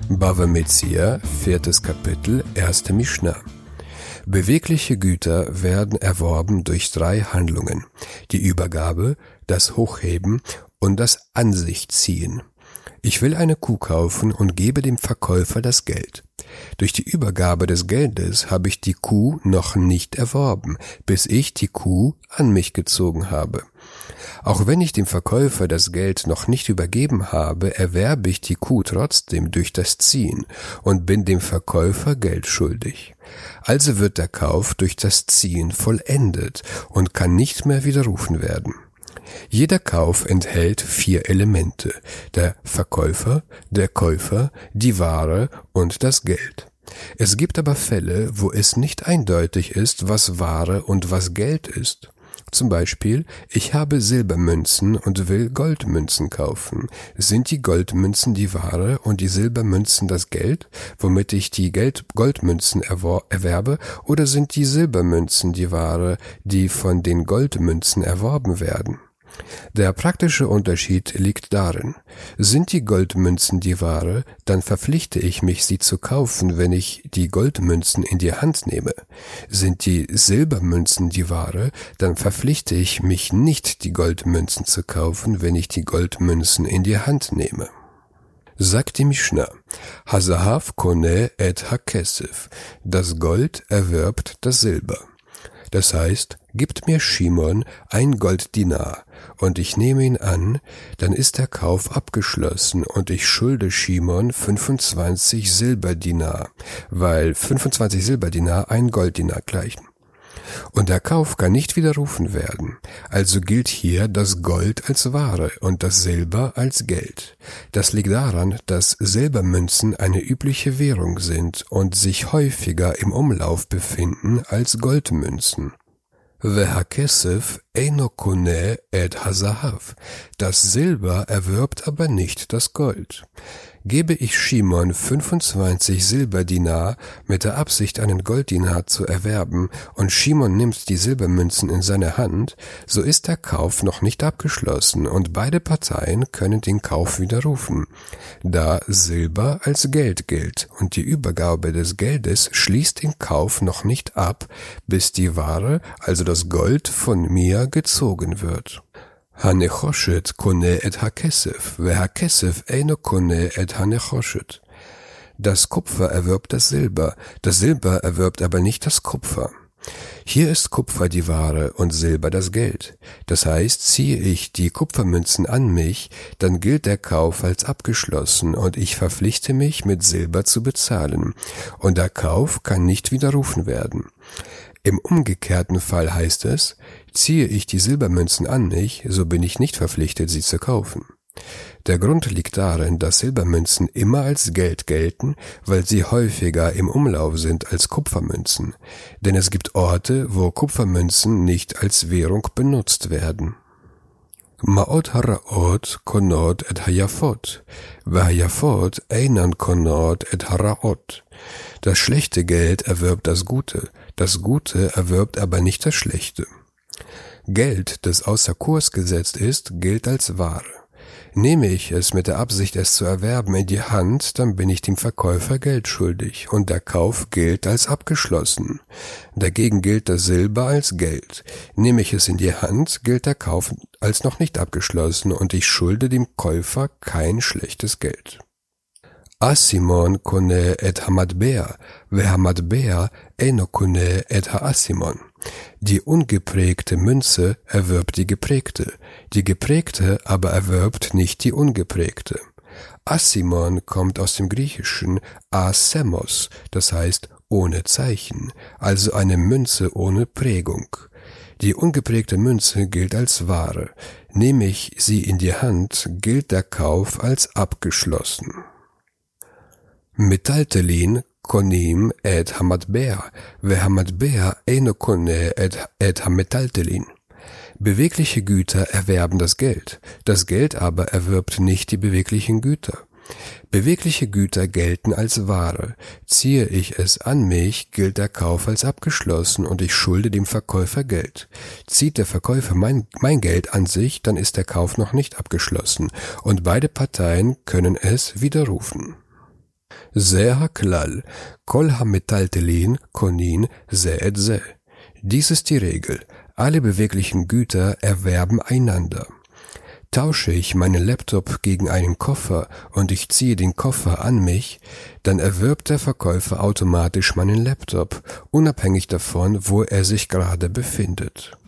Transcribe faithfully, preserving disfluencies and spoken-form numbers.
Bava Metzia, viertes Kapitel, erste Mishnah. Bewegliche Güter werden erworben durch drei Handlungen: die Übergabe, das Hochheben und das An sich ziehen. Ich will eine Kuh kaufen und gebe dem Verkäufer das Geld. Durch die Übergabe des Geldes habe ich die Kuh noch nicht erworben, bis ich die Kuh an mich gezogen habe. Auch wenn ich dem Verkäufer das Geld noch nicht übergeben habe, erwerbe ich die Kuh trotzdem durch das Ziehen und bin dem Verkäufer Geld schuldig. Also wird der Kauf durch das Ziehen vollendet und kann nicht mehr widerrufen werden. Jeder Kauf enthält vier Elemente: der Verkäufer, der Käufer, die Ware und das Geld. Es gibt aber Fälle, wo es nicht eindeutig ist, was Ware und was Geld ist. Zum Beispiel, ich habe Silbermünzen und will Goldmünzen kaufen. Sind die Goldmünzen die Ware und die Silbermünzen das Geld, womit ich die Geld Goldmünzen erwerbe, oder sind die Silbermünzen die Ware, die von den Goldmünzen erworben werden? Der praktische Unterschied liegt darin: Sind die Goldmünzen die Ware, dann verpflichte ich mich, sie zu kaufen, wenn ich die Goldmünzen in die Hand nehme. Sind die Silbermünzen die Ware, dann verpflichte ich mich nicht, die Goldmünzen zu kaufen, wenn ich die Goldmünzen in die Hand nehme. Sagt die Mishnah: Hazahav koneh et hakesef. Das Gold erwirbt das Silber. Das heißt, gibt mir Shimon ein Golddinar und ich nehme ihn an, dann ist der Kauf abgeschlossen und ich schulde Shimon fünfundzwanzig Silberdinar, weil fünfundzwanzig Silberdinar ein Golddinar gleichen. Und der Kauf kann nicht widerrufen werden. Also gilt hier das Gold als Ware und das Silber als Geld. Das liegt daran, dass Silbermünzen eine übliche Währung sind und sich häufiger im Umlauf befinden als Goldmünzen. Vehakesef eino koneh et hazahav. Das Silber erwirbt aber nicht das Gold. Gebe ich Shimon fünfundzwanzig Silberdinar mit der Absicht, einen Golddinar zu erwerben, und Shimon nimmt die Silbermünzen in seine Hand, so ist der Kauf noch nicht abgeschlossen und beide Parteien können den Kauf widerrufen, da Silber als Geld gilt und die Übergabe des Geldes schließt den Kauf noch nicht ab, bis die Ware, also das Gold, von mir gezogen wird. Hanechoshet koneh et hakesef, vehakesef eino koneh et hanechoshet. Das Kupfer erwirbt das Silber, das Silber erwirbt aber nicht das Kupfer. Hier ist Kupfer die Ware und Silber das Geld. Das heißt, ziehe ich die Kupfermünzen an mich, dann gilt der Kauf als abgeschlossen und ich verpflichte mich, mit Silber zu bezahlen. Und der Kauf kann nicht widerrufen werden. Im umgekehrten Fall heißt es, ziehe ich die Silbermünzen an mich, so bin ich nicht verpflichtet, sie zu kaufen. Der Grund liegt darin, dass Silbermünzen immer als Geld gelten, weil sie häufiger im Umlauf sind als Kupfermünzen. Denn es gibt Orte, wo Kupfermünzen nicht als Währung benutzt werden. Ma'ot haraot konot et hayafot, vehayafot einan konot et haraot. Das schlechte Geld erwirbt das Gute, das Gute erwirbt aber nicht das Schlechte. Geld, das außer Kurs gesetzt ist, gilt als Ware. Nehme ich es mit der Absicht, es zu erwerben, in die Hand, dann bin ich dem Verkäufer Geld schuldig und der Kauf gilt als abgeschlossen. Dagegen gilt das Silber als Geld. Nehme ich es in die Hand, gilt der Kauf als noch nicht abgeschlossen und ich schulde dem Käufer kein schlechtes Geld. Asimon koneh et hamatbea, vehamatbea eino koneh et haasimon. Die ungeprägte Münze erwirbt die geprägte, die geprägte aber erwirbt nicht die ungeprägte. Asimon kommt aus dem Griechischen asemos, das heißt ohne Zeichen, also eine Münze ohne Prägung. Die ungeprägte Münze gilt als Ware. Nehme ich sie in die Hand, gilt der Kauf als abgeschlossen. Metaltelin konim et hamatbea, vehamatbea eino koneh et, et hametaltelin. Bewegliche Güter erwerben das Geld, das Geld aber erwirbt nicht die beweglichen Güter. Bewegliche Güter gelten als Ware. Ziehe ich es an mich, gilt der Kauf als abgeschlossen und ich schulde dem Verkäufer Geld. Zieht der Verkäufer mein, mein Geld an sich, dann ist der Kauf noch nicht abgeschlossen und beide Parteien können es widerrufen. זה הכלל, כל המטלטלין קונים זה את זה. Dies ist die Regel. Alle beweglichen Güter erwerben einander. Tausche ich meinen Laptop gegen einen Koffer und ich ziehe den Koffer an mich, dann erwirbt der Verkäufer automatisch meinen Laptop, unabhängig davon, wo er sich gerade befindet.